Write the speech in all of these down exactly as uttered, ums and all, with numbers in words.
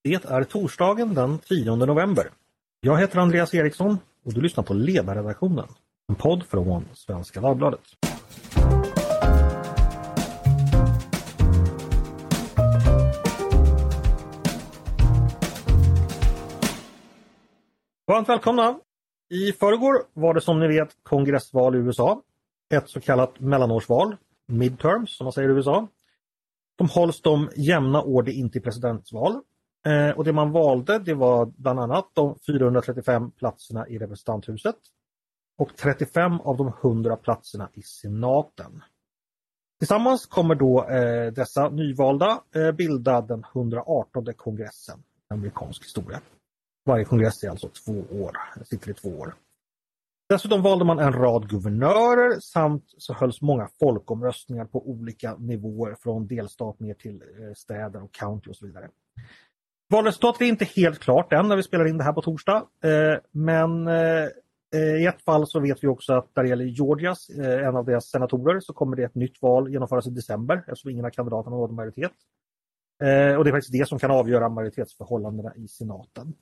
Det är torsdagen den tionde november. Jag heter Andreas Eriksson och du lyssnar på Ledarredaktionen, en podd från Svenska Dagbladet. Varmt välkomna! I förrgår var det som ni vet kongressval i U S A. Ett så kallat mellanårsval, midterms som man säger i U S A. De hålls de jämna år det inte är presidentsval. Eh, och det man valde det var bland annat de fyrahundratrettiofem platserna i representanthuset och trettiofem av de hundra platserna i senaten. Tillsammans kommer då eh, dessa nyvalda eh, bilda den hundraartonde kongressen i amerikansk historia. Varje kongress är alltså två år, sitter i två år. Dessutom valde man en rad guvernörer samt så hölls många folkomröstningar på olika nivåer från delstat ner till städer och county och så vidare. Valresultatet är inte helt klart än när vi spelar in det här på torsdag. Men i ett fall så vet vi också att där det gäller Georgias, en av deras senatorer, så kommer det ett nytt val genomföras i december eftersom ingen av kandidaterna nådde majoritet. Och det är faktiskt det som kan avgöra majoritetsförhållandena i senaten.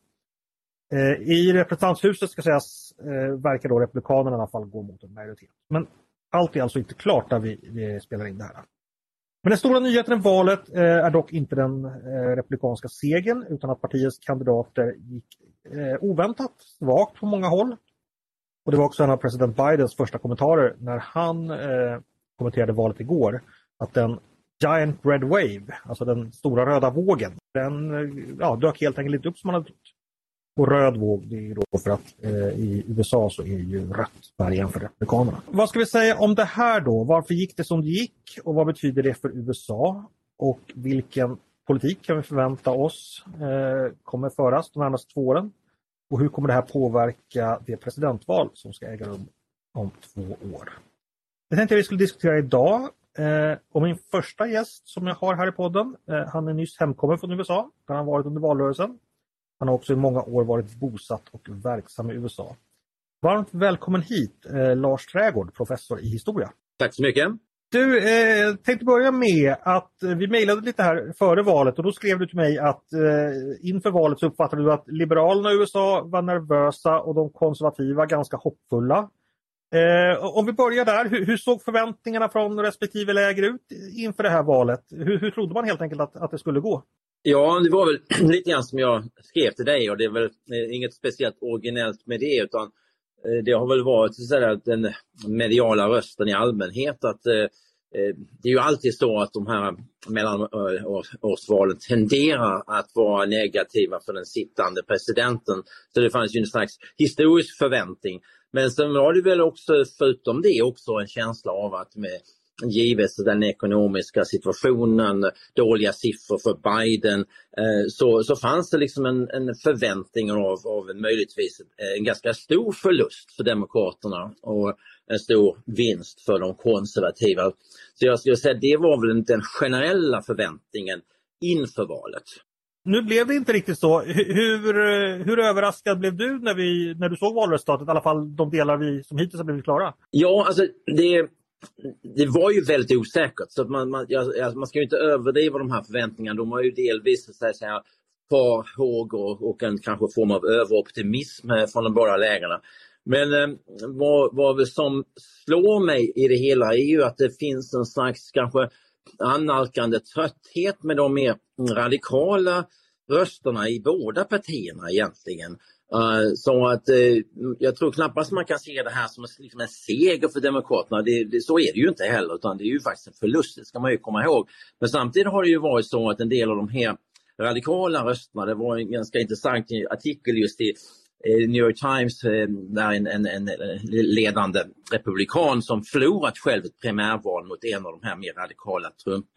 I representanthuset ska sägas verkar då republikanerna i alla fall gå mot en majoritet. Men allt är alltså inte klart där vi, vi spelar in det här. Men den stora nyheten i valet är dock inte den republikanska segern utan att partiets kandidater gick oväntat svagt på många håll. Och det var också en av president Bidens första kommentarer när han kommenterade valet igår att den Giant Red Wave, alltså den stora röda vågen, den ja, dök helt enkelt inte upp som man hade trott. Och röd våg, det är ju då för att eh, i U S A så är ju rött färgen för republikanerna. Vad ska vi säga om det här då? Varför gick det som det gick? Och vad betyder det för U S A? Och vilken politik kan vi förvänta oss eh, kommer föras de närmaste två åren? Och hur kommer det här påverka det presidentval som ska äga rum om två år? Jag tänkte att vi skulle diskutera idag. Eh, och min första gäst som jag har här i podden, eh, han är nyss hemkommen från U S A. Där han varit under valrörelsen. Han har också i många år varit bosatt och verksam i U S A. Varmt välkommen hit, eh, Lars Trägård, professor i historia. Tack så mycket. Du, eh, tänkte börja med att eh, vi mejlade lite här före valet och då skrev du till mig att eh, inför valet så uppfattade du att liberalerna i U S A var nervösa och de konservativa ganska hoppfulla. Eh, om vi börjar där, hur, hur såg förväntningarna från respektive läger ut inför det här valet? Hur, hur trodde man helt enkelt att, att det skulle gå? Ja, det var väl lite grann som jag skrev till dig och det är väl inget speciellt originellt med det utan det har väl varit så att den mediala rösten i allmänhet att eh, det är ju alltid så att de här mellanårsvalen tenderar att vara negativa för den sittande presidenten. Så det fanns ju en slags historisk förväntning. Men sen var det väl också förutom det också en känsla av att med givet den ekonomiska situationen, dåliga siffror för Biden, eh, så, så fanns det liksom en, en förväntning av, av en möjligtvis en ganska stor förlust för demokraterna och en stor vinst för de konservativa. Så jag skulle säga att det var väl den generella förväntningen inför valet. Nu blev det inte riktigt så. Hur, hur överraskad blev du när, vi, när du såg valresultatet? I alla fall de delar vi som hittills har blivit klara. Ja, alltså det... Det var ju väldigt osäkert så att man, man, ja, man ska ju inte överdriva de här förväntningarna. De har ju delvis så att säga, farhågor och en kanske form av överoptimism från de båda lägena. Men eh, vad, vad som slår mig i det hela är ju att det finns en slags kanske annalkande trötthet med de mer radikala rösterna i båda partierna egentligen. Uh, så att uh, jag tror knappast man kan se det här som liksom en seger för demokraterna. Det, det, så är det ju inte heller utan det är ju faktiskt en förlust, det ska man ju komma ihåg. Men samtidigt har det ju varit så att en del av de här radikala rösterna, det var en ganska intressant artikel just i eh, New York Times eh, där en, en, en ledande republikan som förlorat själv ett primärval mot en av de här mer radikala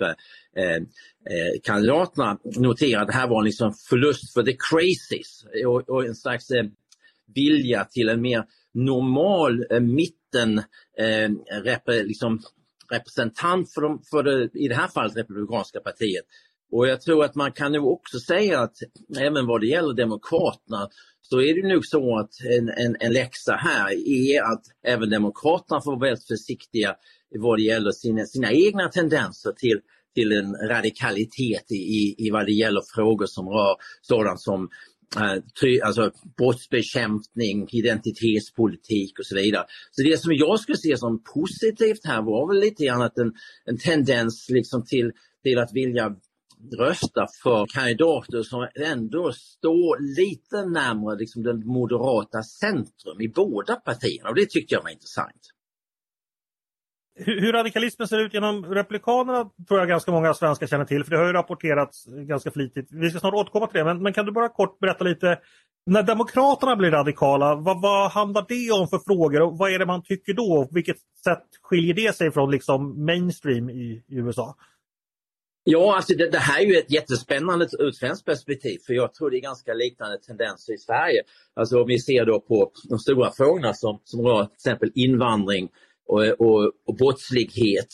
Trump-kandidaterna eh, eh, noterade att det här var en liksom förlust för the crazies och, och en slags eh, vilja till en mer normal eh, mitten eh, rep, liksom, representant för, de, för det, i det här fallet republikanska partiet. Och jag tror att man kan nog också säga att även vad det gäller demokraterna så är det nog så att en, en, en läxa här är att även demokraterna får vara väldigt försiktiga vad det gäller sina, sina egna tendenser till, till en radikalitet i, i, i vad det gäller frågor som rör sådant som Uh, ty, alltså brottsbekämpning, identitetspolitik och så vidare. Så det som jag skulle se som positivt här var väl lite grann att en, en tendens liksom till, till att vilja rösta för kandidater som ändå står lite närmare liksom den moderata centrum i båda partierna, och det tyckte jag var intressant. Hur, hur radikalismen ser ut genom Republikanerna tror jag ganska många svenskar känner till, för det har ju rapporterats ganska flitigt. Vi ska snart återkomma till det, men, men kan du bara kort berätta lite, när Demokraterna blir radikala, vad, vad handlar det om för frågor och vad är det man tycker då? På vilket sätt skiljer det sig från liksom mainstream i, i U S A? Ja, alltså det, det här är ju ett jättespännande ur svenskt perspektiv, för jag tror det är ganska liknande tendenser i Sverige. Alltså om vi ser då på de stora frågorna som, som rör till exempel invandring och, och, och brottslighet,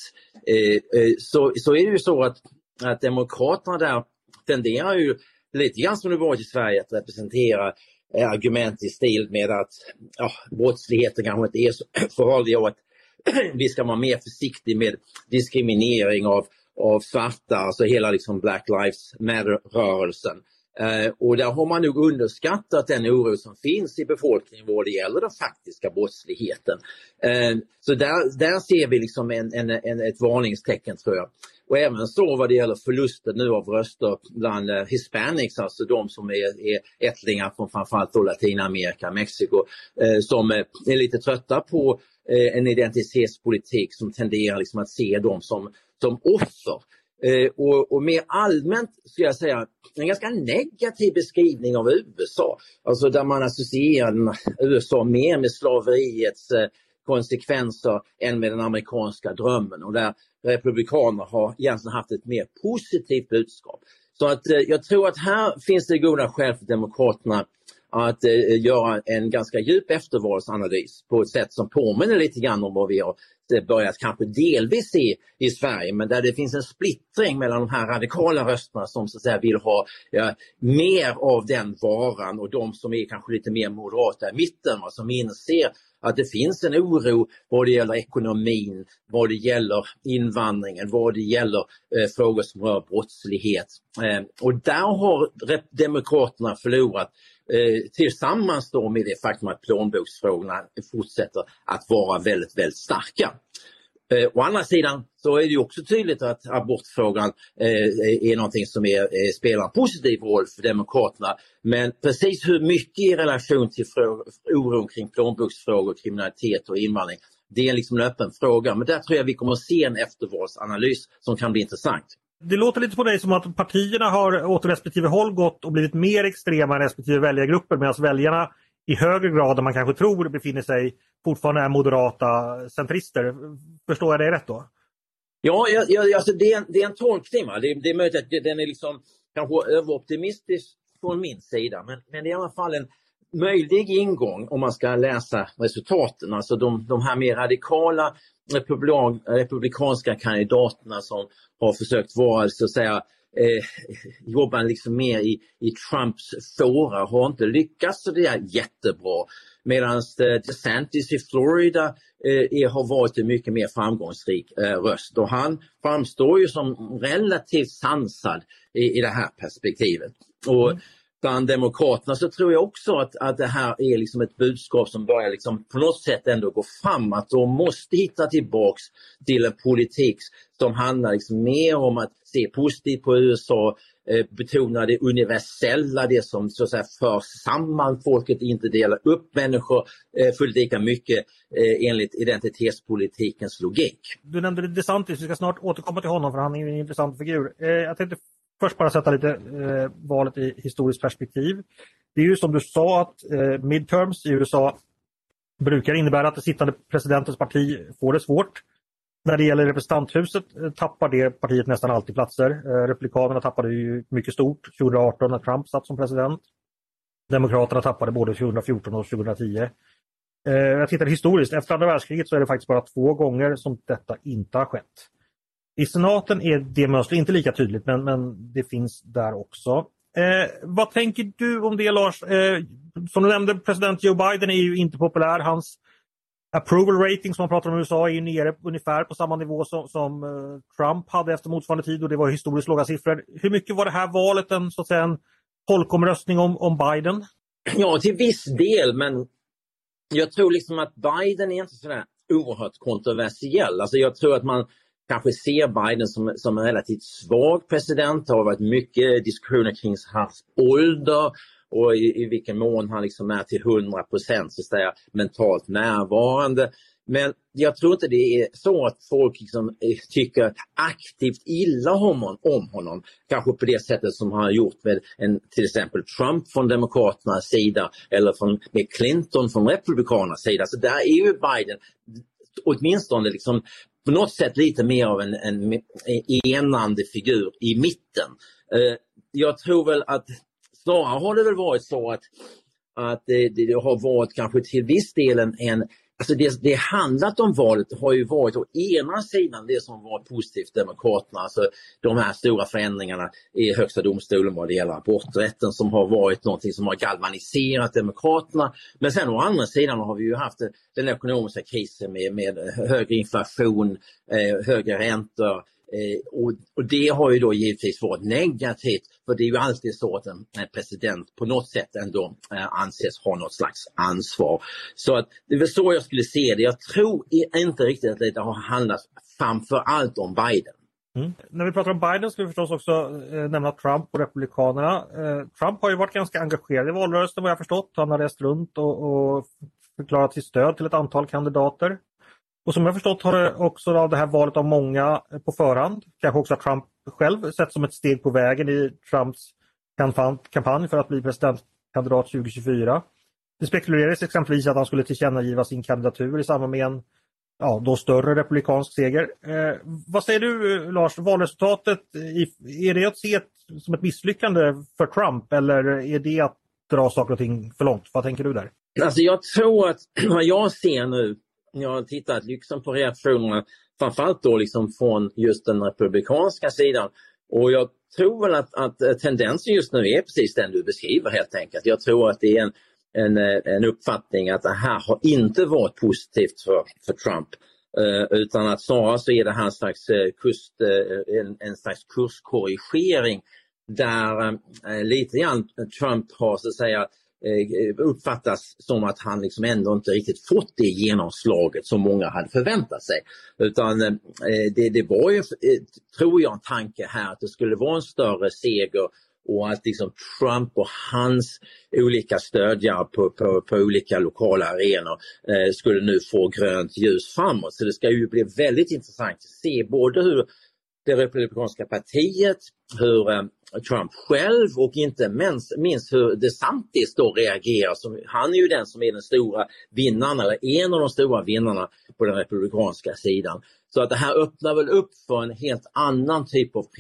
eh, eh, så, så är det ju så att, att Demokraterna där tenderar ju lite grann som det var i Sverige att representera eh, argument i stil med att ja, brottsligheten kanske inte är så farlig och att vi ska vara mer försiktiga med diskriminering av, av svarta, alltså hela liksom Black Lives Matter-rörelsen. Uh, och där har man nog underskattat den oro som finns i befolkningen vad det gäller den faktiska brottsligheten. Uh, så där, där ser vi liksom en, en, en, ett varningstecken, tror jag. Och även så vad det gäller förlusten nu av röster bland uh, hispanics, alltså de som är, är ättlingar från framförallt då Latinamerika, Mexiko, uh, som uh, är lite trötta på uh, en identitetspolitik som tenderar liksom att se dem som, som offer. Eh, och, och mer allmänt skulle jag säga en ganska negativ beskrivning av U S A. Alltså där man associerar U S A mer med slaveriets eh, konsekvenser än med den amerikanska drömmen. Och där republikaner har egentligen haft ett mer positivt budskap. Så att eh, jag tror att här finns det goda skäl för demokraterna att eh, göra en ganska djup eftervalsanalys på ett sätt som påminner lite grann om vad vi har börjat kanske delvis se i Sverige, men där det finns en splittring mellan de här radikala rösterna som så att säga vill ha ja, mer av den varan och de som är kanske lite mer moderata i mitten, och som inser att det finns en oro vad det gäller ekonomin, vad det gäller invandringen, vad det gäller eh, frågor som rör brottslighet. Eh, och där har demokraterna förlorat eh, tillsammans då med det faktum att plånboksfrågorna fortsätter att vara väldigt, väldigt starka. Eh, å andra sidan så är det ju också tydligt att abortfrågan eh, är någonting som är, eh, spelar en positiv roll för demokraterna. Men precis hur mycket i relation till frå- oron kring plånboksfrågor, kriminalitet och invandring, det är liksom en öppen fråga. Men där tror jag vi kommer att se en eftervalsanalys som kan bli intressant. Det låter lite på dig som att partierna har åt respektive håll gått och blivit mer extrema än respektive väljargrupper, medan väljarna i högre grad än man kanske tror befinner sig fortfarande är moderata centrister. Förstår jag det rätt då? Ja, jag, jag, alltså det, är en, det är en tolkning. Va? Det, det är möjligt att den är liksom kanske överoptimistisk från min sida, men, men det är i alla fall en möjlig ingång om man ska läsa resultaten. Alltså de, de här mer radikala republik, republikanska kandidaterna som har försökt vara så att säga Eh, jobbar liksom mer i, i Trumps fåra har inte lyckats så det är jättebra. Medan eh, DeSantis i Florida eh, har varit en mycket mer framgångsrik eh, röst. Och han framstår ju som relativt sansad i, i det här perspektivet. Och mm. bland demokraterna så tror jag också att, att det här är liksom ett budskap som börjar liksom på något sätt ändå gå fram. Att de måste hitta tillbaks till en politik som handlar liksom mer om att se positivt på U S A, eh, betona det universella, det som så att säga för samman folket, inte delar upp människor eh, fullt lika mycket eh, enligt identitetspolitikens logik. Du nämnde DeSantis, vi ska snart återkomma till honom för han är en intressant figur. Eh, jag tänkte först bara sätta lite eh, valet i historiskt perspektiv. Det är ju som du sa att eh, midterms i U S A brukar innebära att det sittande presidentens parti får det svårt. När det gäller representanthuset eh, tappar det partiet nästan alltid platser. Eh, Republikanerna tappade ju mycket stort tjugo arton när Trump satt som president. Demokraterna tappade både tjugo fjorton och tjugo tio. Eh, jag tittar historiskt, efter andra världskriget så är det faktiskt bara två gånger som detta inte har skett. I senaten är det mönstret inte lika tydligt, men, men det finns där också. Eh, vad tänker du om det, Lars? Eh, som du nämnde, president Joe Biden är ju inte populär. Hans approval rating som man pratar om i U S A är ju nere ungefär på samma nivå som, som uh, Trump hade efter motsvarande tid, och det var historiskt låga siffror. Hur mycket var det här valet en, så att säga, en folkomröstning om, om Biden? Ja, till viss del, men jag tror liksom att Biden är inte sådär oerhört kontroversiell. Alltså jag tror att man kanske ser Biden som, som en relativt svag president. Det har varit mycket diskussioner kring hans ålder och i, i vilken mån han liksom är till hundra procent så att säga mentalt närvarande. Men jag tror inte det är så att folk liksom tycker aktivt illa om, om honom. Kanske på det sättet som han har gjort med en, till exempel Trump från demokraternas sida eller från, med Clinton från republikanernas sida. Så där är ju Biden åtminstone liksom på något sätt lite mer av en, en, en enande figur i mitten. Uh, jag tror väl att snarare har det väl varit så att, att det, det har varit kanske till viss del en, en alltså det, det handlat om valet har ju varit å ena sidan det som var positivt demokraterna, alltså de här stora förändringarna i högsta domstolen vad det gäller aborträtten som har varit någonting som har galvaniserat demokraterna. Men sen å andra sidan har vi ju haft den ekonomiska krisen med, med högre inflation, eh, högre räntor. Eh, och, och det har ju då givetvis varit negativt, för det är ju alltid så att en, en president på något sätt ändå eh, anses ha något slags ansvar. Så att det är väl så jag skulle se det. Jag tror inte riktigt att det har handlat framför allt om Biden. Mm. När vi pratar om Biden ska vi förstås också eh, nämna Trump och republikanerna. Eh, Trump har ju varit ganska engagerad i valrörelsen vad jag förstått. Han har rest runt och, och förklarat sitt stöd till ett antal kandidater. Och som jag förstått har det också av det här valet av många på förhand, kanske också Trump själv, sett som ett steg på vägen i Trumps kampanj för att bli presidentkandidat tjugo tjugofyra. Det spekulerades exempelvis att han skulle tillkännagiva sin kandidatur i samband med en ja, då större republikansk seger. Eh, vad säger du, Lars, valresultatet, är det att se ett, som ett misslyckande för Trump eller är det att dra saker och ting för långt? Vad tänker du där? Alltså jag tror att vad jag ser nu, jag har tittat liksom på reaktionerna framförallt då liksom från just den republikanska sidan, och jag tror väl att, att tendensen just nu är precis den du beskriver helt enkelt. Jag tror att det är en, en, en uppfattning att det här har inte varit positivt för, för Trump, eh, utan att snarare så är det här en slags, kurs, en, en slags kurskorrigering där eh, lite grann Trump har så att säga uppfattas som att han liksom ändå inte riktigt fått det genomslaget som många hade förväntat sig. Utan eh, det, det var ju, eh, tror jag, en tanke här att det skulle vara en större seger och att liksom Trump och hans olika stödjare på, på, på olika lokala arenor eh, skulle nu få grönt ljus framåt. Så det ska ju bli väldigt intressant att se både hur det republikanska partiet, hur eh, Trump själv och inte minst, minst hur DeSantis då reagerar. Som, han är ju den som är den stora vinnaren, eller en av de stora vinnarna på den republikanska sidan. Så att det här öppnar väl upp för en helt annan typ av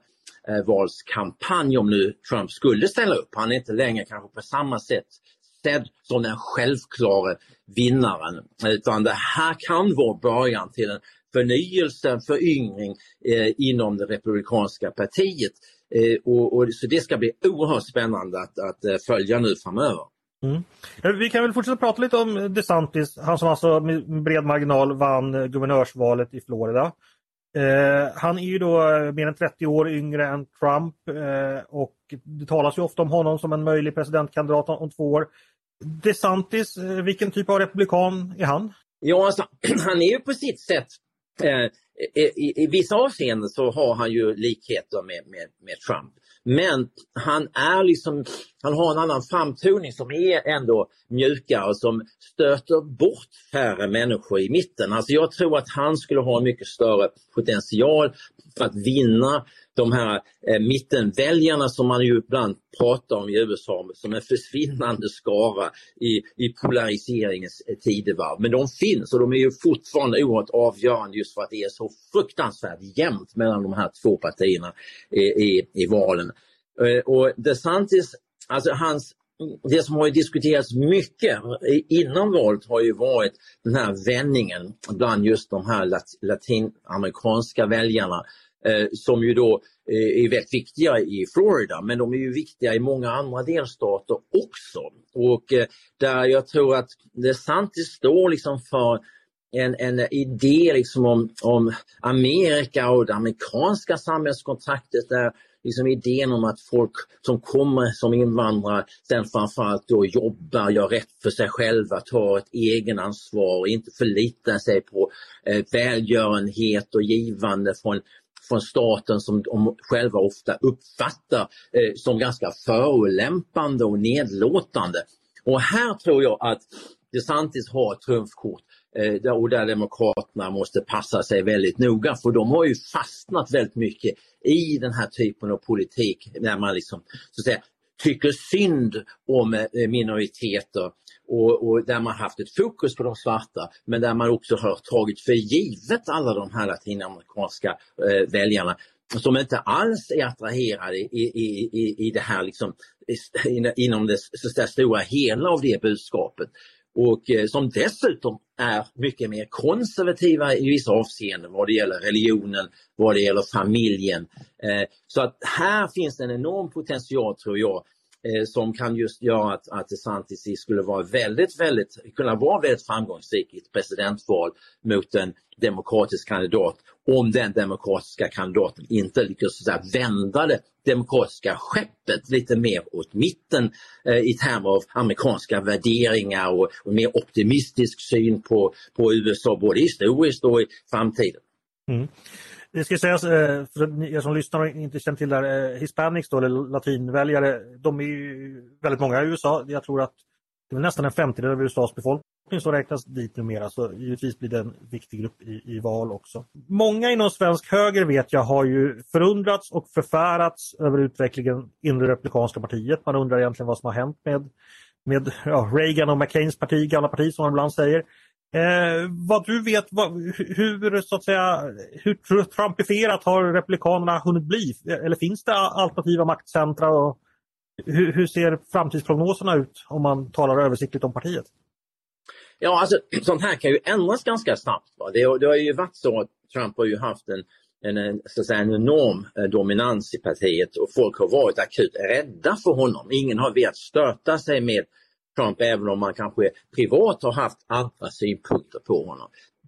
primärvalskampanj om nu Trump skulle ställa upp. Han är inte längre kanske på samma sätt sedd som den självklara vinnaren, utan det här kan vara början till en förnyelse, en föryngring eh, inom det republikanska partiet. Eh, och, och, så det ska bli oerhört spännande att, att uh, följa nu framöver. Mm. Vi kan väl fortsätta prata lite om DeSantis, han som alltså med bred marginal vann guvernörsvalet i Florida. Eh, han är ju då mer än trettio år yngre än Trump eh, och det talas ju ofta om honom som en möjlig presidentkandidat om två år. DeSantis, eh, vilken typ av republikan är han? Ja, alltså, han är ju på sitt sätt eh, i, i vissa avseenden så har han ju likheter med, med, med Trump. Men han är liksom, han har en annan framtoning som är ändå mjukare och som stöter bort färre människor i mitten. Alltså jag tror att han skulle ha en mycket större potential för att vinna de här eh, mittenväljarna som man ju ibland pratar om i U S A som en försvinnande skara i, i polariseringens tidevarv. Men de finns och de är ju fortfarande oerhört avgörande just för att det är så fruktansvärt jämnt mellan de här två partierna i, i, i valen. Eh, och DeSantis, alltså hans det som har ju diskuterats mycket innan valet har ju varit den här vändningen bland just de här lat- latinamerikanska väljarna eh, som ju då eh, är väldigt viktiga i Florida, men de är ju viktiga i många andra delstater också. Och eh, där jag tror att DeSantis står liksom för en, en idé liksom om, om Amerika och det amerikanska samhällskontraktet, där liksom idén om att folk som kommer som invandrare sen framförallt då jobbar, gör rätt för sig själva, tar ett egenansvar och inte förlitar sig på eh, välgörenhet och givande från, från staten som de själva ofta uppfattar eh, som ganska förolämpande och nedlåtande. Och här tror jag att DeSantis har ett trumfkort eh, och där demokraterna måste passa sig väldigt noga, för de har ju fastnat väldigt mycket i den här typen av politik när man liksom så att säga tycker synd om eh, minoriteter och, och där man haft ett fokus på de svarta, men där man också har tagit för givet alla de här latinamerikanska eh, väljarna som inte alls är attraherade i, i, i, i det här liksom, inom det, det stora hela av det budskapet. Och eh, som dessutom är mycket mer konservativa i vissa avseenden vad det gäller religionen, vad det gäller familjen. Eh, så att här finns en enorm potential, tror jag, eh, som kan just göra att, att DeSantis skulle vara väldigt, väldigt, kunna vara väldigt framgångsrik i ett presidentval mot en demokratisk kandidat, om den demokratiska kandidaten inte lyckas så att säga vända det demokratiska skeppet lite mer åt mitten eh, i termer av amerikanska värderingar och, och mer optimistisk syn på, på U S A både historiskt och i framtiden. Mm. Det ska sägas, för er som lyssnar och inte känner till det här, hispanics då, eller latinväljare, de är ju väldigt många i U S A. Jag tror att det är nästan en femtedel av U S A:s befolkning som räknas dit numera, så givetvis blir det en viktig grupp i, i val också. Många inom svensk höger vet jag har ju förundrats och förfärats över utvecklingen inom det republikanska partiet. Man undrar egentligen vad som har hänt med, med ja, Reagan och McCains parti, gamla parti som man ibland säger. Eh, vad du vet, vad, hur så att säga, hur trumpifierat har republikanerna hunnit bli? Eller finns det alternativa maktcentra och hur, hur ser framtidsprognoserna ut om man talar översiktligt om partiet? Ja, alltså sånt här kan ju ändras ganska snabbt. Va? Det, det har ju varit så att Trump har ju haft en, en, så att säga, en enorm eh, dominans i partiet och folk har varit akut rädda för honom. Ingen har velat stöta sig med Trump, även om man kanske privat har haft andra synpunkter på honom.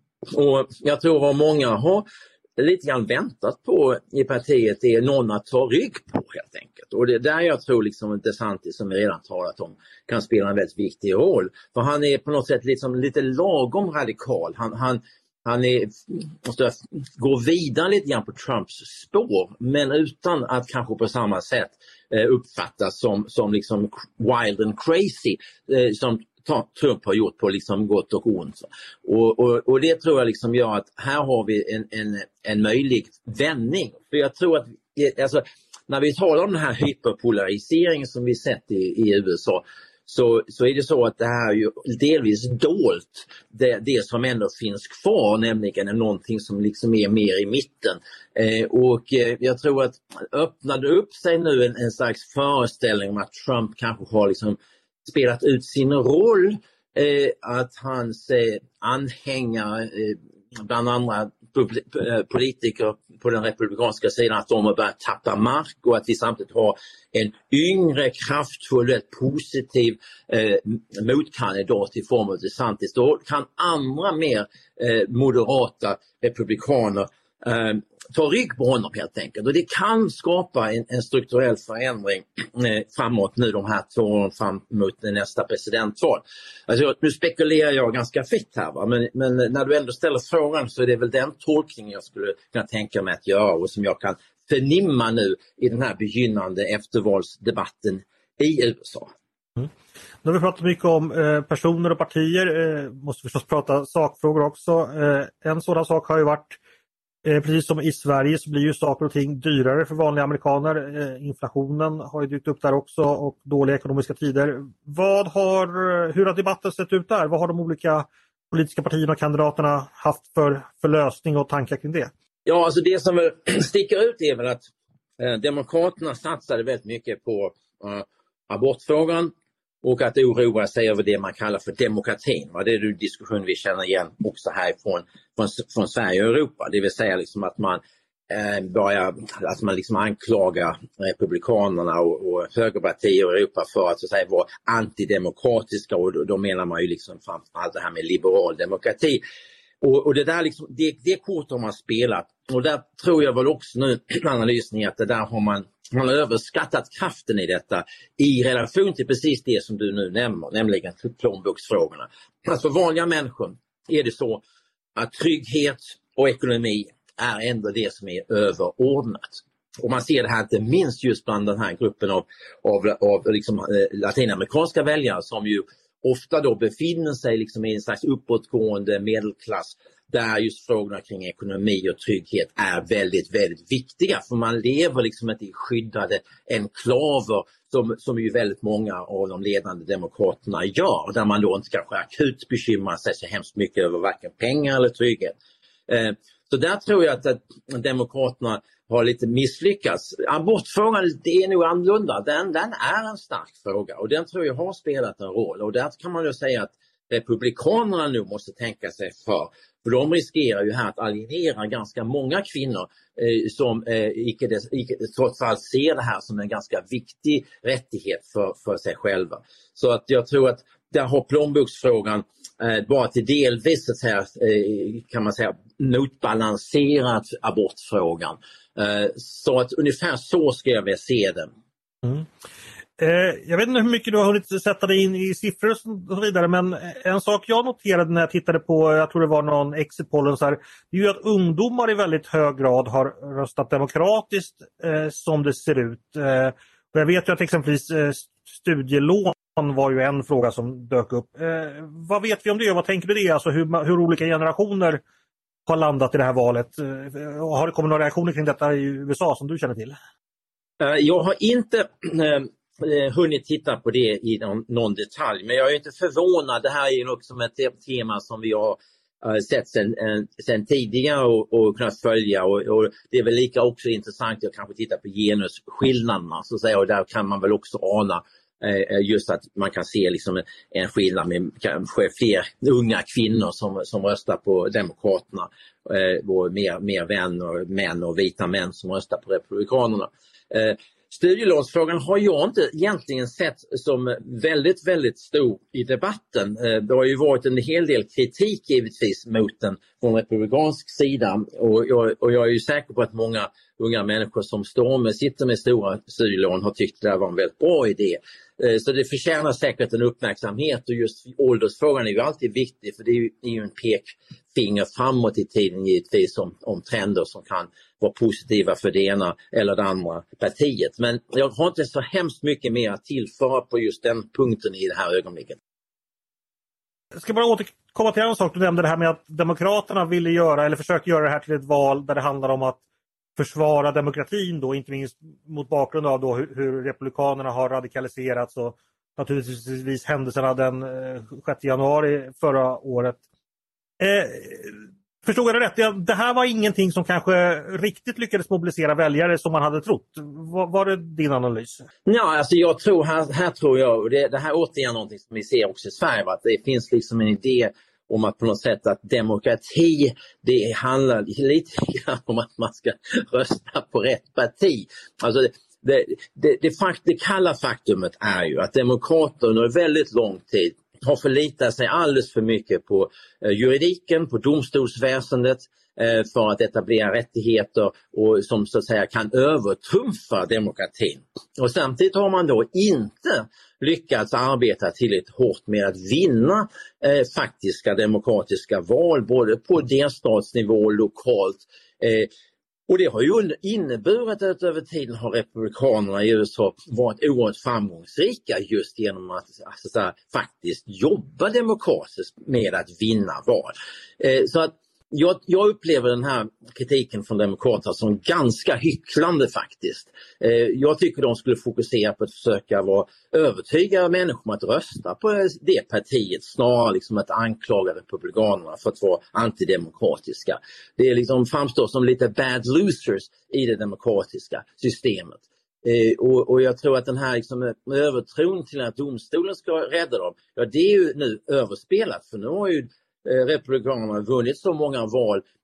Och jag tror vad många har lite grann väntat på i partiet är någon att ta rygg på, helt enkelt. Och det är där jag tror liksom DeSantis, som vi redan talat om, kan spela en väldigt viktig roll. För han är på något sätt liksom lite lagom radikal. Han, han, han är, måste gå vidare lite grann på Trumps spår, men utan att kanske på samma sätt eh, uppfattas som, som liksom wild and crazy eh, som Trump har gjort på liksom gott och ont. Och, och, och det tror jag liksom gör att här har vi en, en, en möjlig vändning. För jag tror att alltså, när vi talar om den här hyperpolariseringen som vi sett i, i U S A, så, så är det så att det här är ju delvis dolt det, det som ändå finns kvar, nämligen är någonting som liksom är mer i mitten. Eh, och eh, jag tror att öppnade upp sig nu en, en slags föreställning om att Trump kanske har liksom spelat ut sin roll, eh, att hans eh, anhängare, eh, bland andra politiker på den republikanska sidan, att de har börjat tappa mark och att vi samtidigt har en yngre, kraftfull, positiv eh, motkandidat i form av DeSantis. Då kan andra mer eh, moderata republikaner eh, ta rygg på honom, helt enkelt. Och det kan skapa en, en strukturell förändring eh, framåt nu de här två åren fram mot nästa presidentval. Alltså, nu spekulerar jag ganska fritt här, va? Men, men när du ändå ställer frågan så är det väl den tolkningen jag skulle kunna tänka mig att göra och som jag kan förnimma nu i den här begynnande eftervalsdebatten i U S A. Mm. Nu har vi pratat mycket om eh, personer och partier, eh, måste förstås prata sakfrågor också. Eh, en sådan sak har ju varit Eh, precis som i Sverige så blir ju saker och ting dyrare för vanliga amerikaner. Eh, inflationen har ju dykt upp där också och dåliga ekonomiska tider. Vad har, hur har debatten sett ut där? Vad har de olika politiska partierna och kandidaterna haft för, för lösning och tankar kring det? Ja, alltså det som sticker ut är väl att eh, demokraterna satsade väldigt mycket på eh, abortfrågan och att oroa sig över det man kallar för demokratin. Det är en diskussion vi känner igen också här från, från, från Sverige och Europa. Det vill säga liksom att man eh, börjar, att man liksom anklagar republikanerna och, och högerpartier i Europa för att, så att säga, vara antidemokratiska, och då, då menar man ju liksom framförallt det här med liberal demokrati. Och, och det där liksom, det, det kort har man spelat, och där tror jag väl också nu analysen att det där har man, man har överskattat kraften i detta i relation till precis det som du nu nämner, nämligen plånboksfrågorna. Alltså för vanliga människor är det så att trygghet och ekonomi är ändå det som är överordnat. Och man ser det här inte minst just bland den här gruppen av, av, av liksom, eh, latinamerikanska väljare som ju ofta då befinner sig liksom i en slags uppåtgående medelklass, där just frågorna kring ekonomi och trygghet är väldigt, väldigt viktiga. För man lever liksom inte i skyddade enklaver som, som ju väldigt många av de ledande demokraterna gör, där man då inte kanske akut bekymrar sig så hemskt mycket över varken pengar eller trygghet. Eh, så där tror jag att, att demokraterna har lite misslyckats. Abortfrågan, det är nog annorlunda. Den, den är en stark fråga, och den tror jag har spelat en roll. Och där kan man ju säga att republikanerna nu måste tänka sig för. För de riskerar ju här att alienera ganska många kvinnor eh, som eh, icke, icke, trots allt ser det här som en ganska viktig rättighet för, för sig själva. Så att jag tror att där har plånboksfrågan eh, bara till delvis så här, eh, kan man säga motbalanserat abortfrågan. Eh, så att ungefär så ska jag väl se det. Mm. Jag vet inte hur mycket du har hunnit sätta dig in i siffror och så vidare, men en sak jag noterade när jag tittade på, jag tror det var någon exit poll så här, det är ju att ungdomar i väldigt hög grad har röstat demokratiskt eh, som det ser ut. Eh, och jag vet ju att exempelvis eh, studielån var ju en fråga som dök upp. Eh, vad vet vi om det och vad tänker du det? Alltså hur, hur olika generationer har landat i det här valet? Eh, har det kommit några reaktioner kring detta i U S A som du känner till? Jag har inte eh, hunnit titta på det i någon, någon detalj, men jag är inte förvånad. Det här är ju också ett tema som vi har uh, sett sen, uh, sen tidigare och, och kunnat följa, och, och det är väl lika också intressant att kanske titta på genusskillnaderna, så att säga, och där kan man väl också ana uh, just att man kan se liksom en, en skillnad med kanske fler unga kvinnor som, som röstar på demokraterna uh, och mer, mer vänner, män och vita män som röstar på republikanerna. Uh, Studielånsfrågan har jag inte egentligen sett som väldigt, väldigt stor i debatten. Det har ju varit en hel del kritik givetvis mot den från republikansk sida, och jag, och jag är ju säker på att många unga människor som står med, sitter med stora studielån har tyckt det här var en väldigt bra idé. Så det förtjänar säkert en uppmärksamhet, och just åldersfrågan är ju alltid viktig, för det är ju, är ju en pekfinger framåt i tiden givetvis om, om trender som kan vara positiva för det ena eller det andra partiet. Men jag har inte så hemskt mycket mer att tillföra på just den punkten i det här ögonblicket. Jag ska bara återkomma till en sak. Du nämnde det här med att demokraterna ville göra eller försöka göra det här till ett val där det handlar om att försvara demokratin då, inte minst mot bakgrund av då hur, hur republikanerna har radikaliserats och naturligtvis händelserna den eh, sjätte januari förra året. Eh, förstod jag det rätt? Det här var ingenting som kanske riktigt lyckades mobilisera väljare som man hade trott. Var, var det din analys? Ja, alltså jag tror här, här tror jag, och det, det här är återigen någonting som vi ser också i Sverige, att det finns liksom en idé om att på något sätt att demokrati, det handlar lite grann om att man ska rösta på rätt parti. Alltså det, det, det, det, fakt, det kalla faktumet är ju att demokrater under väldigt lång tid har förlitat sig alldeles för mycket på eh, juridiken, på domstolsväsendet eh, för att etablera rättigheter och som så att säga kan övertrumfa demokratin. Och samtidigt har man då inte lyckats arbeta tillräckligt hårt med att vinna eh, faktiska demokratiska val både på delstatsnivå och lokalt. Eh, och det har ju inneburit att över tiden har republikanerna i U S A varit oerhört framgångsrika just genom att alltså, faktiskt jobba demokratiskt med att vinna val. Eh, så att Jag, jag upplever den här kritiken från demokraterna som ganska hycklande faktiskt. Eh, jag tycker de skulle fokusera på att försöka vara övertyga människor om att rösta på det partiet snarare liksom att anklaga republikanerna för att vara antidemokratiska. Det är liksom framstår som lite bad losers i det demokratiska systemet. Eh, och, och jag tror att den här liksom, övertron till att domstolen ska rädda dem, ja det är ju nu överspelat, för nu har ju republikanerna har vunnit så många val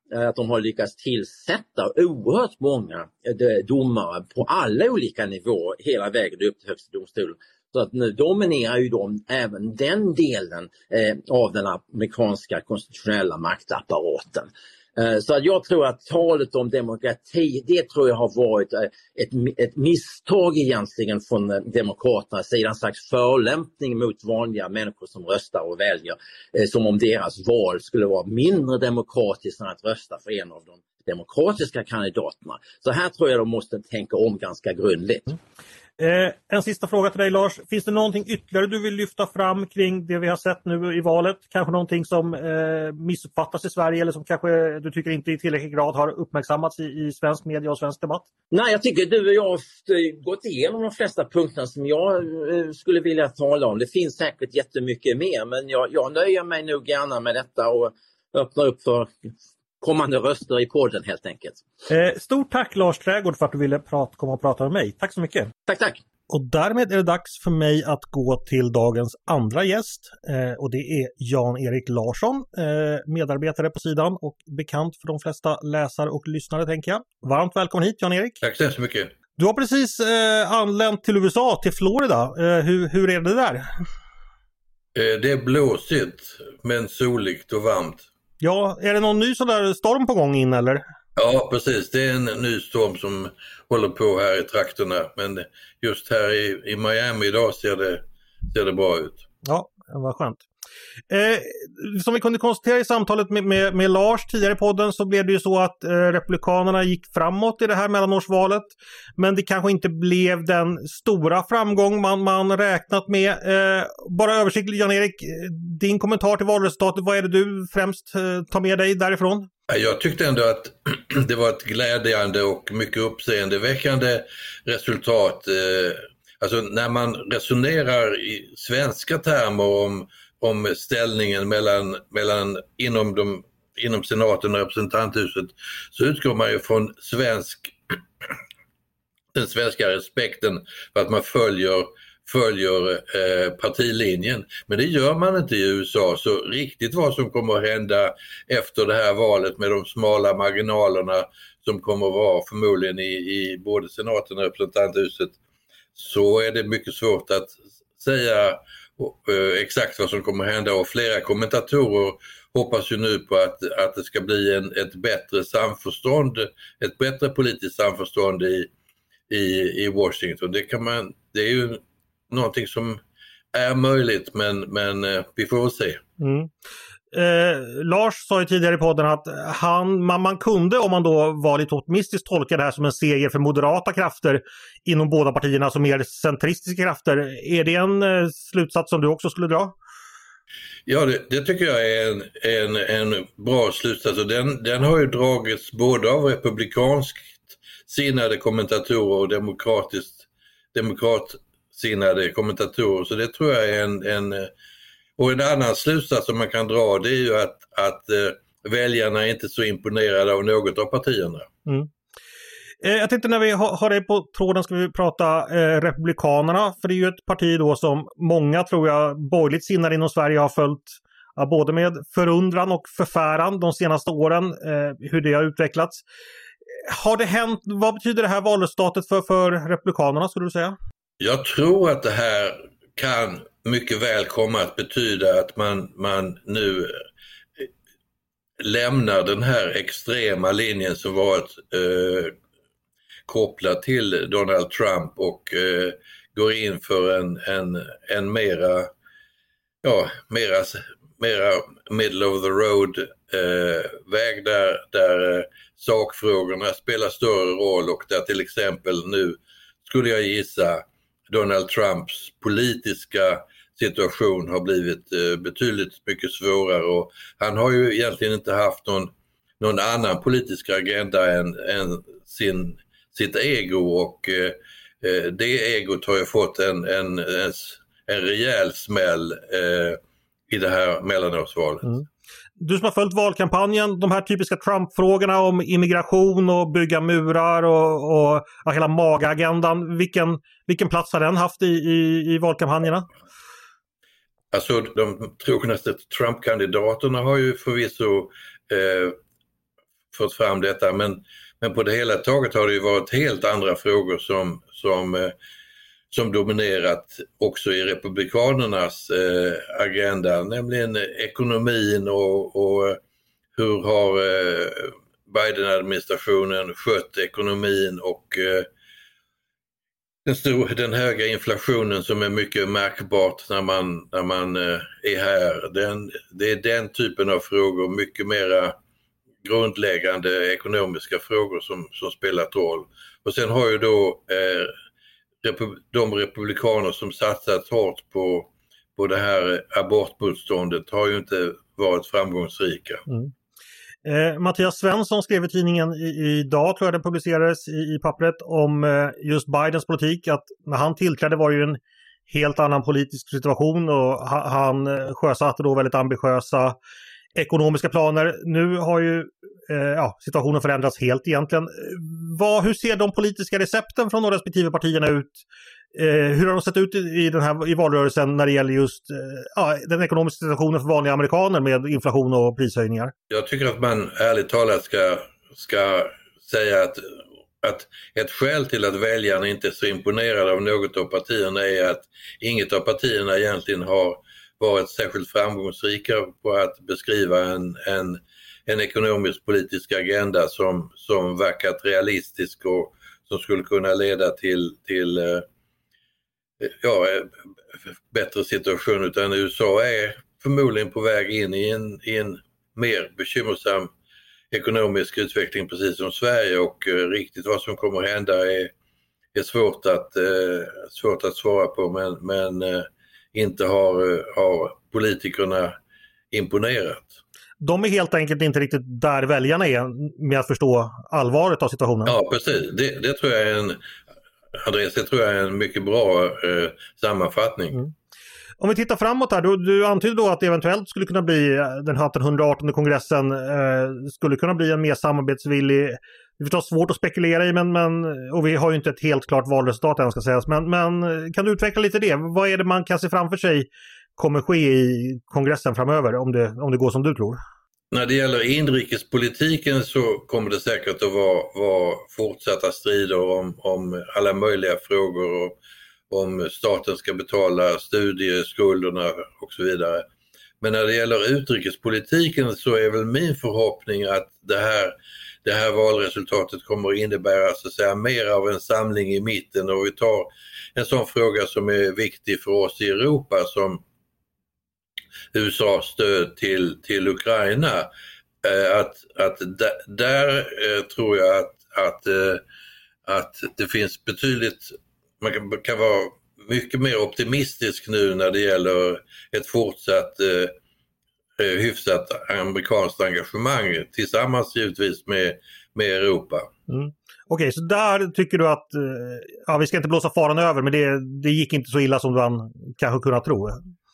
att de har lyckats tillsätta oerhört många domare på alla olika nivåer hela vägen upp till högsta domstolen. Så att nu dominerar ju de även den delen eh, av den amerikanska konstitutionella maktapparaten. Eh, så att jag tror att talet om demokrati, det tror jag har varit eh, ett, ett misstag egentligen från eh, demokraternas sida, en slags förolämpning mot vanliga människor som röstar och väljer, eh, som om deras val skulle vara mindre demokratiskt än att rösta för en av de demokratiska kandidaterna. Så här tror jag de måste tänka om ganska grundligt. Mm. Eh, en sista fråga till dig, Lars. Finns det någonting ytterligare du vill lyfta fram kring det vi har sett nu i valet? Kanske någonting som eh, missuppfattas i Sverige eller som kanske du tycker inte i tillräcklig grad har uppmärksammats i, i svensk media och svensk debatt? Nej, jag tycker du och jag har gått igenom de flesta punkterna som jag eh, skulle vilja tala om. Det finns säkert jättemycket mer, men jag, jag nöjer mig nog gärna med detta och öppnar upp för kommande röster i podden helt enkelt. Eh, stort tack Lars Trädgård för att du ville prata, komma och prata med mig. Tack så mycket. Tack, tack. Och därmed är det dags för mig att gå till dagens andra gäst. Eh, och det är Jan-Erik Larsson, eh, medarbetare på sidan och bekant för de flesta läsare och lyssnare, tänker jag. Varmt välkommen hit, Jan-Erik. Tack så mycket. Du har precis eh, anlänt till U S A, till Florida. Eh, hur, hur är det där? Eh, det är blåsigt, men soligt och varmt. Ja, är det någon ny sån där storm på gång in eller? Ja, precis. Det är en ny storm som håller på här i trakterna. Men just här i, i Miami idag ser det, ser det bra ut. Ja, vad skönt. Eh, som vi kunde konstatera i samtalet med, med, med Lars tidigare i podden så blev det ju så att eh, republikanerna gick framåt i det här mellanårsvalet. Men det kanske inte blev den stora framgång man, man räknat med. Eh, bara översiktligt, Jan-Erik, din kommentar till valresultatet, vad är det du främst eh, tar med dig därifrån? Jag tyckte ändå att det var ett glädjande och mycket uppseendeväckande resultat. Alltså när man resonerar i svenska termer om, om ställningen mellan, mellan inom, de, inom senaten och representanthuset, så utgår man ju från svensk, den svenska respekten för att man följer följer eh, partilinjen. Men det gör man inte i U S A, så riktigt vad som kommer att hända efter det här valet med de smala marginalerna som kommer att vara förmodligen i, i både senaten och representanthuset, så är det mycket svårt att säga eh, exakt vad som kommer att hända, och flera kommentatorer hoppas ju nu på att, att det ska bli en, ett bättre samförstånd, ett bättre politiskt samförstånd i, i, i Washington. Det kan man, det är ju någonting som är möjligt, men, men eh, vi får väl se. Mm. Eh, Lars sa ju tidigare i podden att han, man, man kunde, om man då var lite optimistisk, tolka det här som en seger för moderata krafter inom båda partierna, alltså mer centristiska krafter. Är det en eh, slutsats som du också skulle dra? Ja, det, det tycker jag är en, en, en bra slutsats, och den, den har ju dragits både av republikanskt sinnade kommentatorer och demokratiskt demokrat sinnade kommentatorer, så det tror jag är en, en och en annan slutsats som man kan dra, det är ju att, att eh, väljarna är inte så imponerade av något av partierna. Mm. Eh, jag tänkte när vi har, har det på tråden ska vi prata eh, republikanerna, för det är ju ett parti då som många, tror jag, borgerligt sinnade inom Sverige har följt ja, både med förundran och förfäran de senaste åren, eh, hur det har utvecklats. Har det hänt, vad betyder det här valresultatet för, för republikanerna, skulle du säga? Jag tror att det här kan mycket väl komma att betyda att man, man nu lämnar den här extrema linjen som varit eh, kopplad till Donald Trump och eh, går in för en, en, en mera, ja, mera, mera middle of the road eh, väg där, där eh, sakfrågorna spelar större roll, och där till exempel nu skulle jag gissa Donald Trumps politiska situation har blivit eh, betydligt mycket svårare, och han har ju egentligen inte haft någon, någon annan politisk agenda än, än sin, sitt ego, och eh, det egot har ju fått en, en, en, en rejäl smäll eh, i det här mellanårsvalet. Mm. Du som har följt valkampanjen, de här typiska Trump-frågorna om immigration och bygga murar och, och ja, hela MAGA-agendan, vilken, vilken plats har den haft i, i, i valkampanjerna? Alltså de trognaste Trump-kandidaterna har ju förvisso eh, fått fram detta. Men, men på det hela taget har det ju varit helt andra frågor som, som, eh, som dominerat också i republikanernas eh, agenda, nämligen ekonomin och, och hur har eh, Biden-administrationen skött ekonomin och eh, den, stor, den höga inflationen som är mycket märkbart när man, när man eh, är här. Den, det är den typen av frågor, mycket mera grundläggande ekonomiska frågor som, som spelat roll. Och sen har ju då eh, repu- de republikaner som satsat hårt på, på det här abortmotståndet har ju inte varit framgångsrika. Mm. Eh, Mattias Svensson skrev i tidningen i, idag, tror jag det publicerades i, i pappret, om eh, just Bidens politik, att när han tillträdde var det ju en helt annan politisk situation och ha, han eh, sjösatte då väldigt ambitiösa ekonomiska planer. Nu har ju eh, ja, situationen förändrats helt egentligen. Vad, hur ser de politiska recepten från de respektive partierna ut? Eh, hur har de sett ut i, i, den här, i valrörelsen när det gäller just eh, ja, den ekonomiska situationen för vanliga amerikaner med inflation och prishöjningar? Jag tycker att man ärligt talat ska, ska säga att, att ett skäl till att väljarna inte är så imponerade av något av partierna är att inget av partierna egentligen har varit särskilt framgångsrika på att beskriva en, en, en ekonomisk politisk agenda som, som verkat realistisk och som skulle kunna leda till, till eh, ja, bättre situation, utan U S A är förmodligen på väg in i en, i en mer bekymmersam ekonomisk utveckling precis som Sverige, och eh, riktigt vad som kommer att hända är, är svårt, att, eh, svårt att svara på, men, men eh, inte har, har politikerna imponerat. De är helt enkelt inte riktigt där väljarna är med att förstå allvaret av situationen. Ja, precis. Det, det tror jag är en, Andreas, det tror jag är en mycket bra eh, sammanfattning. Mm. Om vi tittar framåt här, du, du antyder då att det eventuellt skulle kunna bli den här hundraartonde kongressen eh, skulle kunna bli en mer samarbetsvillig. Det är förstås svårt att spekulera i, men, men, och vi har ju inte ett helt klart valresultat än ska sägas. Men, men kan du utveckla lite det? Vad är det man kan se framför sig kommer ske i kongressen framöver om det, om det går som du tror? När det gäller inrikespolitiken så kommer det säkert att vara, vara fortsatta strider om, om alla möjliga frågor, och om staten ska betala studieskulderna och så vidare. Men när det gäller utrikespolitiken så är väl min förhoppning att det här, det här valresultatet kommer att innebära så att säga mer av en samling i mitten, och vi tar en sån fråga som är viktig för oss i Europa som U S A:s stöd till, till Ukraina. Att, att där, där tror jag att, att, att det finns betydligt, man kan, kan vara mycket mer optimistisk nu när det gäller ett fortsatt eh, hyfsat amerikanskt engagemang tillsammans givetvis med, med Europa. Mm. Okej, okay, så där tycker du att ja, vi ska inte blåsa faran över, men det, det gick inte så illa som du kanske kunnat tro?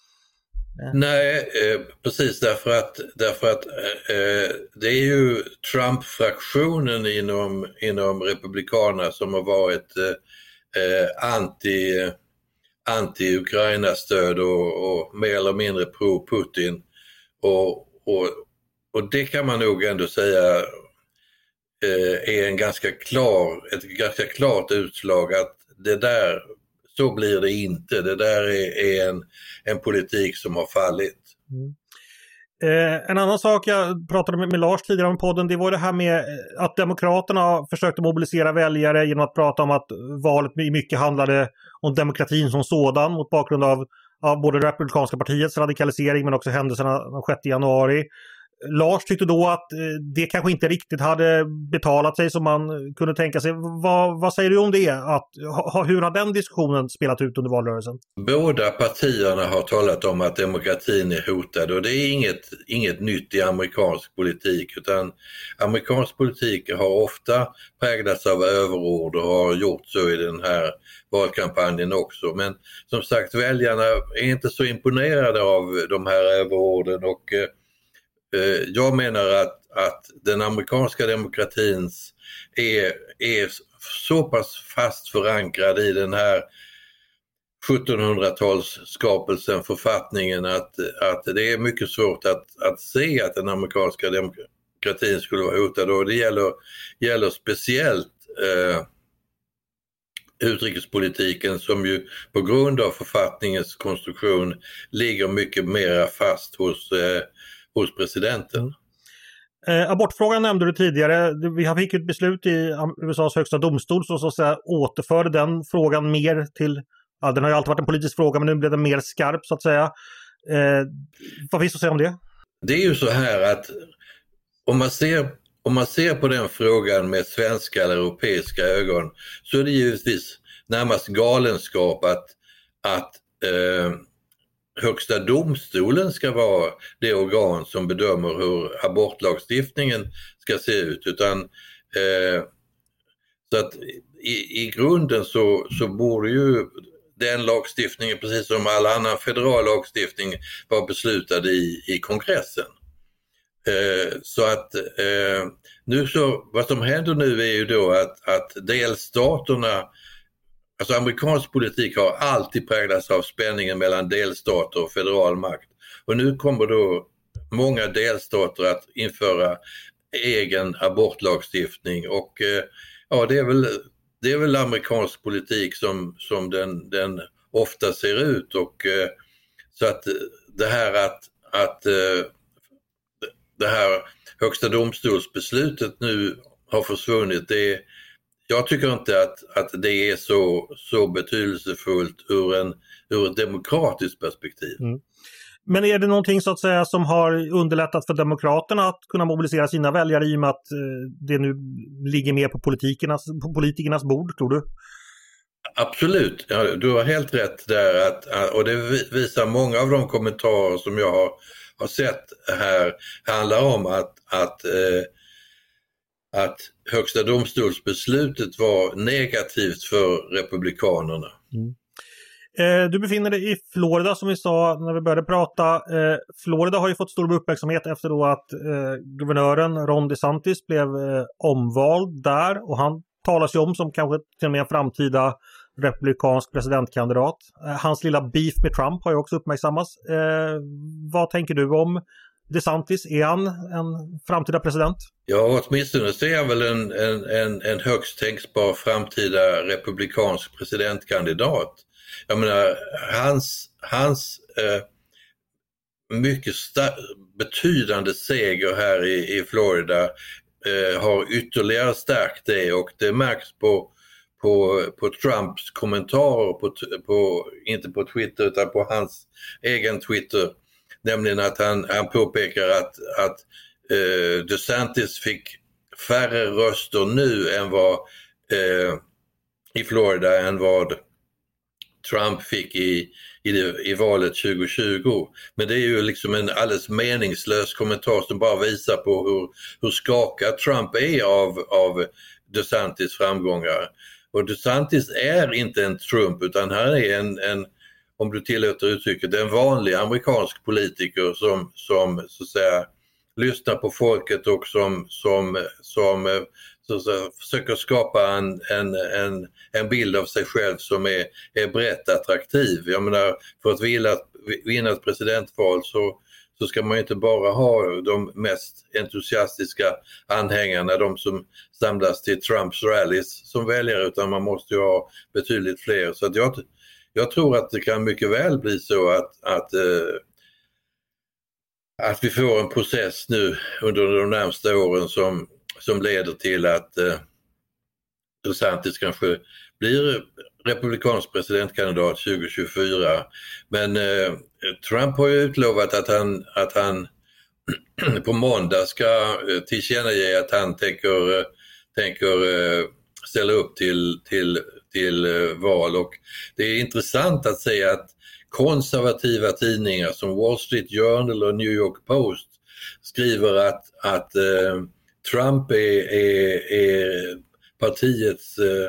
Nej, eh, precis därför att, därför att eh, det är ju Trump-fraktionen inom, inom republikanerna som har varit eh, anti, anti-Ukraina-stöd och, och mer eller mindre pro-Putin. Och, och, och det kan man nog ändå säga eh, är en ganska klar, ett ganska klart utslag att det där, så blir det inte. Det där är, är en, en politik som har fallit. Mm. Eh, en annan sak jag pratade med, med Lars tidigare om podden, det var det här med att Demokraterna försökte mobilisera väljare genom att prata om att valet i mycket handlade om demokratin som sådan mot bakgrund av, av både det republikanska partiets radikalisering men också händelserna den sjätte januari. Lars tyckte då att det kanske inte riktigt hade betalat sig som man kunde tänka sig. Vad, vad säger du om det? Att, ha, hur har den diskussionen spelat ut under valrörelsen? Båda partierna har talat om att demokratin är hotad, och det är inget, inget nytt i amerikansk politik, utan amerikansk politik har ofta präglats av överord och har gjort så i den här valkampanjen också. Men som sagt, väljarna är inte så imponerade av de här överorden, och jag menar att, att den amerikanska demokratins är, är så pass fast förankrad i den här sjuttonhundratalsskapelsen, författningen, att, att det är mycket svårt att, att se att den amerikanska demokratin skulle vara hotad, och det gäller, gäller speciellt eh, utrikespolitiken, som ju på grund av författningens konstruktion ligger mycket mer fast hos, eh, hos presidenten. Mm. Eh, abortfrågan nämnde du tidigare. Vi fick ett beslut i U S A:s högsta domstol som så att säga återförde den frågan mer till, ja, den har ju alltid varit en politisk fråga, men nu blev den mer skarp så att säga. Eh, vad finns det att säga om det? Det är ju så här att om man ser, om man ser på den frågan med svenska eller europeiska ögon, så är det givetvis närmast galenskap att, att eh, högsta domstolen ska vara det organ som bedömer hur abortlagstiftningen ska se ut, utan eh, så att i, i grunden så, så borde ju den lagstiftningen, precis som all annan federal lagstiftning, vara beslutad i, i kongressen. Eh, så att eh, nu så, vad som händer nu är ju då att, att delstaterna, alltså amerikansk politik har alltid präglats av spänningen mellan delstater och federal makt. Och nu kommer då många delstater att införa egen abortlagstiftning, och eh, ja, det är väl, det är väl amerikansk politik som, som den, den ofta ser ut, och eh, så att det här att, att eh, det här högsta domstolsbeslutet nu har försvunnit, det, jag tycker inte att, att det är så, så betydelsefullt ur, en, ur ett demokratiskt perspektiv. Mm. Men är det någonting så att säga som har underlättat för demokraterna att kunna mobilisera sina väljare i och med att eh, det nu ligger mer på politikernas, på politikernas bord, tror du? Absolut, ja, du har helt rätt där, att, och det visar många av de kommentarer som jag har, har sett här handlar om att, att, eh, att högsta domstolsbeslutet var negativt för republikanerna. Mm. Eh, du befinner dig i Florida som vi sa när vi började prata. Eh, Florida har ju fått stor uppmärksamhet efter då att eh, guvernören Ron DeSantis blev eh, omvald där, och han talas ju om som kanske till och med en framtida republikansk presidentkandidat. Eh, hans lilla beef med Trump har ju också uppmärksammats. Eh, vad tänker du om DeSantis? Är han en framtida president? Ja, åtminstone så är han väl en, en, en, en högst tänkbar framtida republikansk presidentkandidat. Jag menar, hans, hans eh, mycket sta- betydande seger här i, i Florida eh, har ytterligare stärkt det, och det märks på, på, på Trumps kommentarer, på, på, inte på Twitter utan på hans egen Twitter, nämligen att han, han påpekar att, att eh, DeSantis fick färre röster nu än vad eh, i Florida än vad Trump fick i, i, det, i valet tjugo tjugo. Men det är ju liksom en alldeles meningslös kommentar som bara visar på hur, hur skakad Trump är av, av DeSantis framgångar. Och DeSantis är inte en Trump, utan han är en, en om du tillåter uttrycket, en vanlig amerikansk politiker som, som så att säga lyssnar på folket och som, som, som så att säga, försöker skapa en, en, en, en bild av sig själv som är, är brett attraktiv. Jag menar, för att vinna, vinna ett presidentval så, så ska man inte bara ha de mest entusiastiska anhängarna, de som samlas till Trumps rallies som väljare, utan man måste ju ha betydligt fler. Så att jag, jag tror att det kan mycket väl bli så att, att eh, att vi får en process nu under de närmaste åren som, som leder till att eh, DeSantis kanske blir republikansk presidentkandidat tjugo tjugofyra. Men eh, Trump har ju utlovat att han, att han på måndag ska tillkännage att han tänker, eh, tänker eh, ställa upp till, till, till eh, val. Och det är intressant att säga att konservativa tidningar som Wall Street Journal och New York Post skriver att, att eh, Trump är, är, är partiets eh,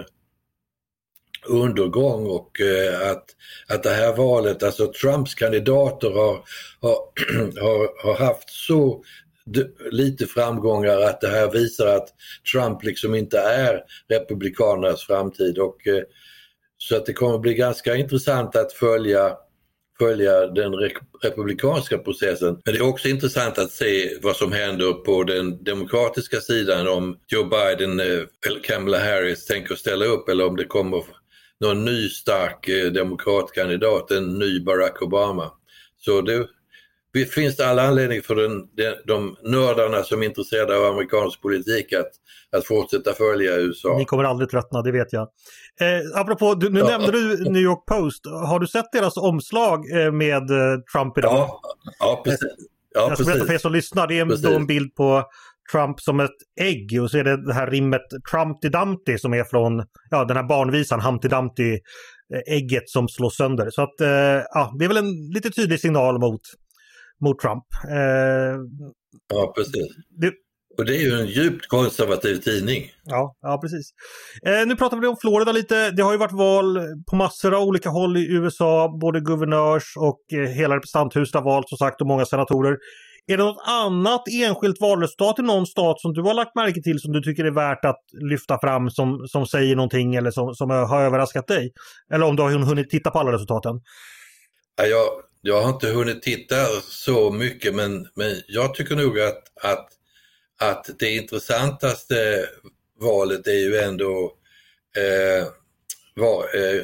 undergång, och eh, att, att det här valet, alltså Trumps kandidater har, har, har, har haft så d- lite framgångar att det här visar att Trump liksom inte är republikanernas framtid. Och, eh, så att det kommer bli ganska intressant att följa följa den re- republikanska processen. Men det är också intressant att se vad som händer på den demokratiska sidan, om Joe Biden eller Kamala Harris tänker ställa upp eller om det kommer någon ny stark demokratkandidat, en ny Barack Obama. Så det Det finns det alla anledning för den, de, de nördarna som är intresserade av amerikansk politik att, att fortsätta följa U S A. Ni kommer aldrig tröttna, det vet jag. Eh, apropå, du, nu ja. nämnde du New York Post. Har du sett deras omslag eh, med eh, Trump idag? Ja, ja precis. Ja, jag ska berätta för er som lyssnar, det är då en bild på Trump som ett ägg och så är det det här rimmet Trumpty Dumpty som är från ja, den här barnvisan Humpty Dumpty, ägget som slås sönder. Så att, eh, ja, det är väl en lite tydlig signal mot mot Trump. Eh, ja, precis. Det, och det är ju en djupt konservativ tidning. Ja, ja precis. Eh, nu pratar vi om Florida lite. Det har ju varit val på massor av olika håll i U S A. Både guvernörs och eh, hela representanthuset har valt som sagt och många senatorer. Är det något annat enskilt valresultat i någon stat som du har lagt märke till som du tycker är värt att lyfta fram som, som säger någonting eller som, som har överraskat dig? Eller om du har hunnit titta på alla resultaten? Ja, jag, jag har inte hunnit titta så mycket men, men jag tycker nog att, att, att det intressantaste valet är ju ändå eh, var, eh,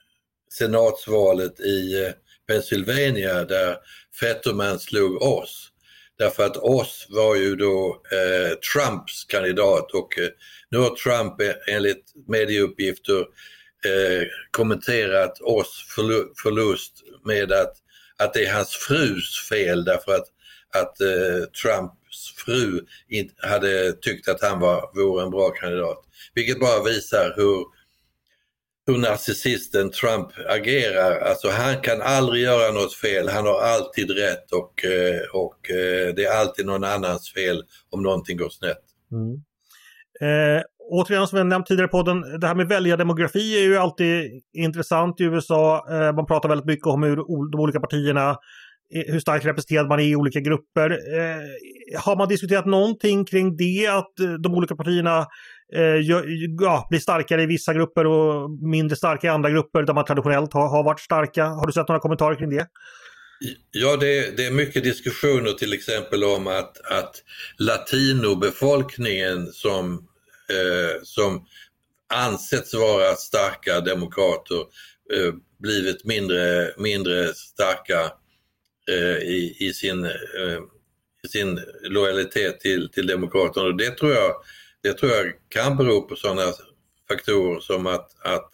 senatsvalet i eh, Pennsylvania där Fetterman slog oss. Därför att oss var ju då eh, Trumps kandidat och eh, nu har Trump enligt medieuppgifter eh, kommenterat oss förlu- förlust med att, att det är hans frus fel därför att, att eh, Trumps fru inte hade tyckt att han var, var en bra kandidat. Vilket bara visar hur hur narcissisten Trump agerar. Alltså han kan aldrig göra något fel, han har alltid rätt och, och det är alltid någon annans fel om någonting går snett. Mm. Eh, återigen som jag nämnt tidigare på den, det här med väljardemografi är ju alltid intressant i U S A. Eh, man pratar väldigt mycket om hur de olika partierna, hur starkt representerad man är i olika grupper. Eh, har man diskuterat någonting kring det, att de olika partierna eh, ja, blir starkare i vissa grupper och mindre starka i andra grupper där man traditionellt har, har varit starka? Har du sett några kommentarer kring det? Ja, det, det är mycket diskussioner till exempel om att, att latinobefolkningen som, eh, som ansetts vara starka demokrater eh, blivit mindre, mindre starka I, i, sin, i sin lojalitet till, till demokraterna. Och det tror jag, det tror jag kan bero på sådana faktorer som att, att,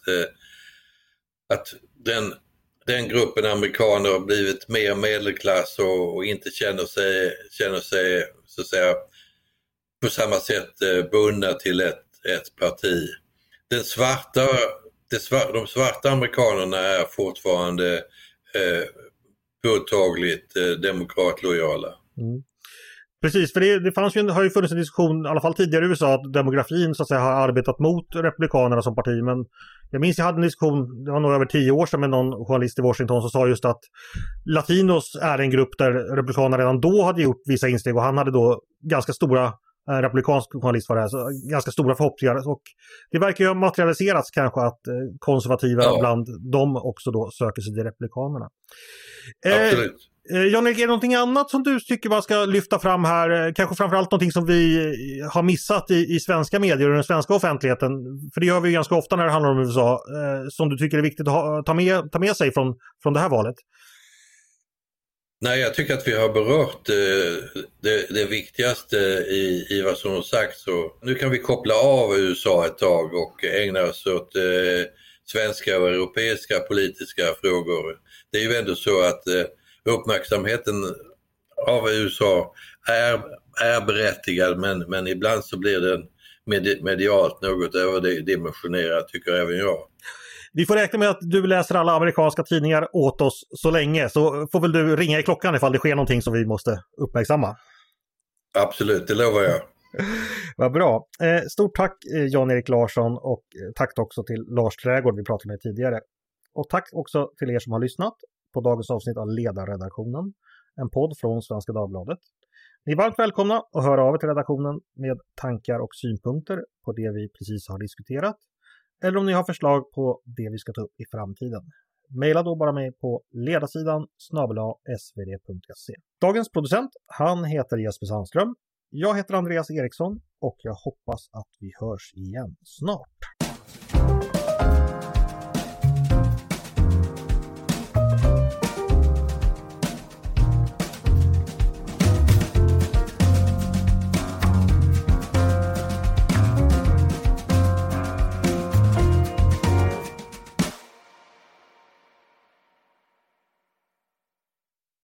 att den, den gruppen amerikaner har blivit mer medelklass och, och inte känner sig, känner sig så att säga, på samma sätt bundna till ett, ett parti. Den svarta, det svart, de svarta amerikanerna är fortfarande eh, påtagligt eh, demokratlojala. Mm. Precis, för det, det fanns ju, har ju funnits en diskussion, i alla fall tidigare i U S A, att demografin så att säga har arbetat mot republikanerna som parti, men jag minns jag hade en diskussion, det var nog över tio år sedan med någon journalist i Washington som sa just att latinos är en grupp där republikanerna redan då hade gjort vissa insteg och han hade då ganska stora eh, republikansk journalist var det här, så ganska stora förhoppningar och det verkar ju ha materialiserats kanske att eh, konservativa ja. bland dem också då söker sig till republikanerna. Absolut. Eh, Jan-Erik, är det någonting annat som du tycker man ska lyfta fram här? Kanske framförallt någonting som vi har missat i, i svenska medier och den svenska offentligheten. För det gör vi ju ganska ofta när det handlar om U S A. Eh, som du tycker är viktigt att ha, ta, med, ta med sig från, från det här valet? Nej, jag tycker att vi har berört eh, det, det viktigaste i, i vad som har sagts. Så nu kan vi koppla av U S A ett tag och ägna oss åt eh, svenska och europeiska politiska frågor. Det är ju ändå så att eh, uppmärksamheten av U S A är, är berättigad men, men ibland så blir den med, medialt något överdimensionerat tycker även jag. Vi får räkna med att du läser alla amerikanska tidningar åt oss så länge, så får väl du ringa i klockan ifall det sker någonting som vi måste uppmärksamma. Absolut, det lovar jag. Vad bra. Eh, stort tack Jan-Erik Larsson och tack också till Lars Trädgård vi pratade med tidigare. Och tack också till er som har lyssnat på dagens avsnitt av Ledarredaktionen, en podd från Svenska Dagbladet. Ni är varmt välkomna att höra av er till redaktionen med tankar och synpunkter på det vi precis har diskuterat, eller om ni har förslag på det vi ska ta upp i framtiden. Maila då bara mig på ledarsidan snabel-a s v d punkt se. Dagens producent, han heter Jesper Sandström. Jag heter Andreas Eriksson och jag hoppas att vi hörs igen snart.